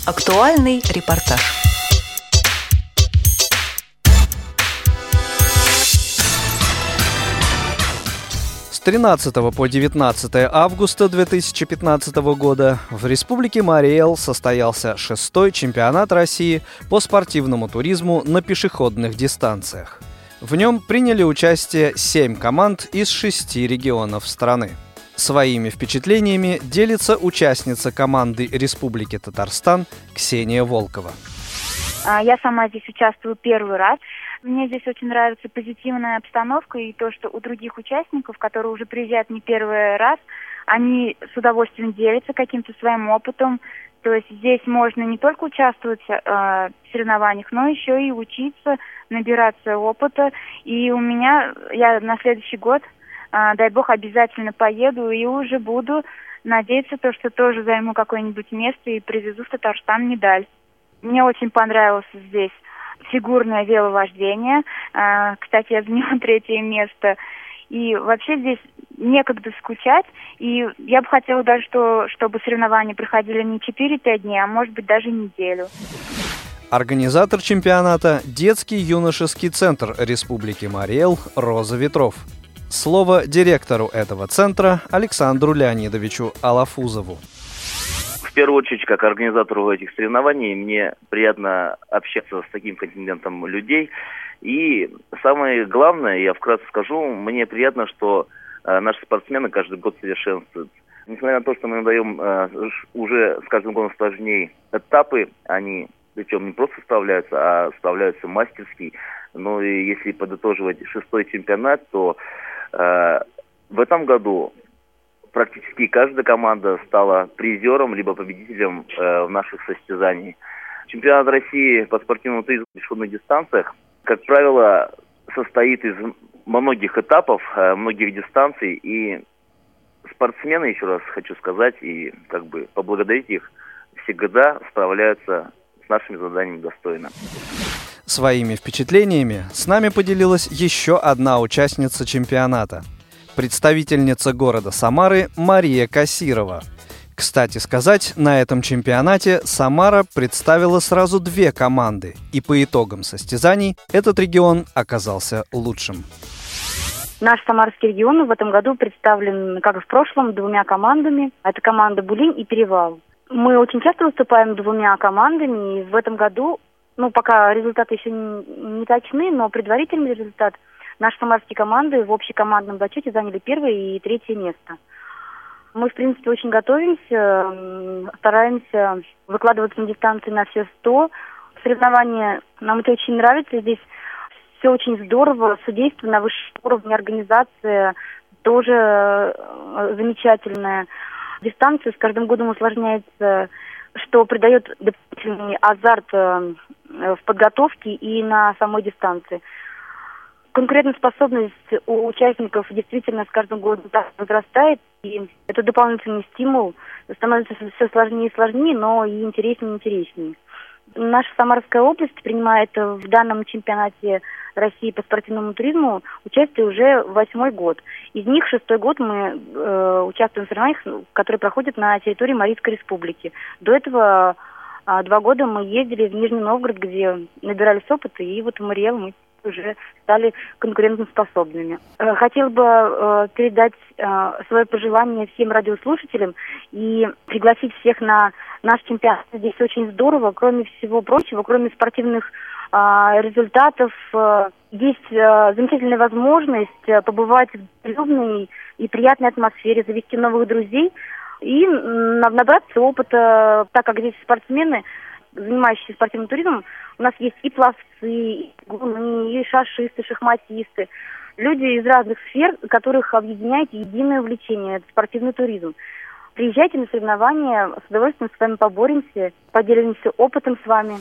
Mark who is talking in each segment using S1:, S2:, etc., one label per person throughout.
S1: Актуальный репортаж.
S2: С 13 по 19 августа 2015 года в Республике Марий-Эл состоялся 6-й чемпионат России по спортивному туризму на пешеходных дистанциях. В нем приняли участие 7 команд из 6 регионов страны. Своими впечатлениями делится участница команды Республики Татарстан Ксения Волкова.
S3: Я сама здесь участвую первый раз. Мне здесь очень нравится позитивная обстановка и то, что у других участников, которые уже приезжают не первый раз, они с удовольствием делятся каким-то своим опытом. То есть здесь можно не только участвовать в соревнованиях, но еще и учиться, набираться опыта. И я на следующий год, дай бог, обязательно поеду и уже буду надеяться, что тоже займу какое-нибудь место и привезу в Татарстан медаль. Мне очень понравилось здесь фигурное веловождение. Кстати, я заняла 3-е место. И вообще здесь некогда скучать. И я бы хотела даже, чтобы соревнования проходили не 4-5 дней, а может быть даже неделю.
S2: Организатор чемпионата – детский юношеский центр Республики Марий-Эл «Роза ветров». Слово директору этого центра Александру Леонидовичу Алафузову.
S4: В первую очередь, как организатору этих соревнований, мне приятно общаться с таким контингентом людей. И самое главное, я вкратце скажу, мне приятно, что наши спортсмены каждый год совершенствуются. Несмотря на то, что мы надаем уже с каждым годом сложнее этапы, они причем не просто справляются, а справляются мастерски. Но и если подытоживать 6-й чемпионат, то в этом году практически каждая команда стала призером либо победителем в наших состязаниях. Чемпионат России по спортивному туризму на пешеходных дистанциях, как правило, состоит из многих этапов, многих дистанций. И спортсмены, еще раз хочу сказать, и поблагодарить их, всегда справляются с нашими заданиями достойно.
S2: Своими впечатлениями с нами поделилась еще одна участница чемпионата – представительница города Самары Мария Кассирова. Кстати сказать, на этом чемпионате Самара представила сразу 2 команды, и по итогам состязаний этот регион оказался лучшим.
S3: Наш Самарский регион в этом году представлен, как и в прошлом, 2 командами. Это команда «Булинь» и «Перевал». Мы очень часто выступаем 2 командами, и в этом году, пока результаты еще не точны, но предварительный результат, наши самарские команды в общекомандном зачете заняли 1-е и 3-е место. Мы, в принципе, очень готовимся, стараемся выкладываться на дистанции на все 100. Соревнования нам это очень нравится, здесь все очень здорово, судейство на высшем уровне, организация тоже замечательная. Дистанция с каждым годом усложняется, что придает дополнительный азарт в подготовке и на самой дистанции. Конкурентоспособность у участников действительно с каждым годом возрастает, и это дополнительный стимул, становится все сложнее и сложнее, но и интереснее и интереснее. Наша Самарская область принимает в данном чемпионате России по спортивному туризму участие уже 8-й год. Из них 6-й год мы участвуем в соревнованиях, которые проходят на территории Марийской республики. До этого 2 года мы ездили в Нижний Новгород, где набирались опыта, и вот в Марий-Эл мы уже стали конкурентоспособными. Хотела бы передать свое пожелание всем радиослушателям и пригласить всех на наш чемпионат. Здесь очень здорово, кроме всего прочего, кроме спортивных результатов, есть замечательная возможность побывать в дружной и приятной атмосфере, завести новых друзей и набраться опыта, так как здесь спортсмены, занимающиеся спортивным туризмом, у нас есть и пловцы, и гуны, и шашисты, шахматисты. Люди из разных сфер, которых объединяет единое увлечение – это спортивный туризм. Приезжайте на соревнования, с удовольствием с вами поборемся, поделимся опытом с вами.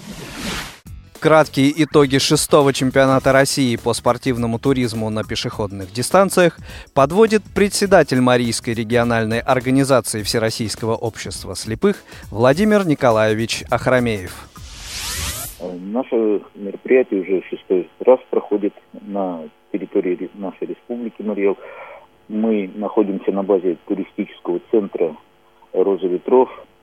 S2: Краткие итоги 6-го чемпионата России по спортивному туризму на пешеходных дистанциях подводит председатель Марийской региональной организации Всероссийского общества слепых Владимир Николаевич Ахрамеев.
S5: Наше мероприятие уже 6-й раз проходит на территории нашей республики Марий-Эл. Мы находимся на базе туристического центра «Роза ветров».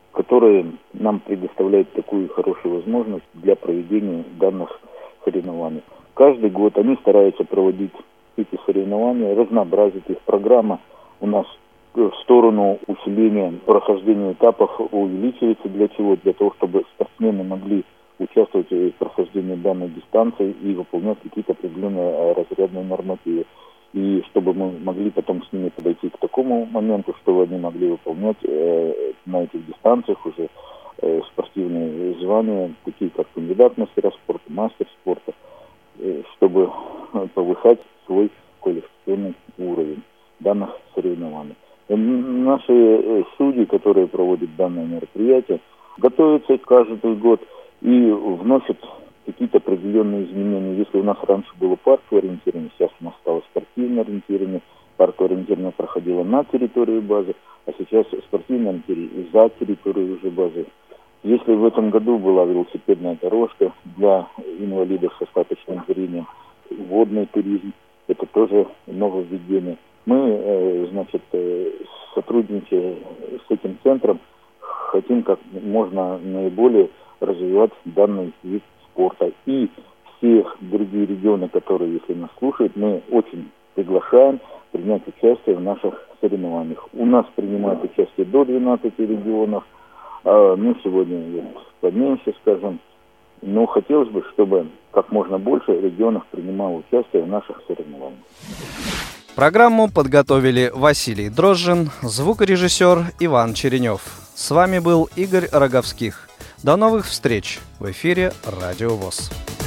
S5: которые нам предоставляют такую хорошую возможность для проведения данных соревнований. Каждый год они стараются проводить эти соревнования, разнообразить их. Программа у нас в сторону усиления прохождения этапов увеличивается. Для чего? Для того, чтобы спортсмены могли участвовать в прохождении данной дистанции и выполнять какие-то определенные разрядные нормативы. И чтобы мы могли потом с ними подойти к такому моменту, чтобы они могли выполнять на этих дистанциях уже спортивные звания, такие как кандидат в мастера спорта, мастер спорта, чтобы повышать свой квалификационный уровень данных соревнований. Наши судьи, которые проводят данное мероприятие, готовятся каждый год и вносят какие-то определенные изменения. Если у нас раньше было парковое ориентирование, сейчас у нас стало спортивное ориентирование. Парковое ориентирование проходило на территории базы, а сейчас спортивное ориентирование за территорией уже базы. Если в этом году была велосипедная дорожка для инвалидов с остаточным зрением, водный туризм, это тоже нововведение. Мы, сотрудничая с этим центром, хотим как можно наиболее развивать данный вид спорта. И всех другие регионы, которые, если нас слушают, мы очень приглашаем принять участие в наших соревнованиях. У нас принимают участие до 12 регионов, мы сегодня поменьше, скажем. Но хотелось бы, чтобы как можно больше регионов принимало участие в наших соревнованиях.
S2: Программу подготовили Василий Дрожжин, звукорежиссер Иван Черенев. С вами был Игорь Роговских. До новых встреч в эфире Радио ВОС.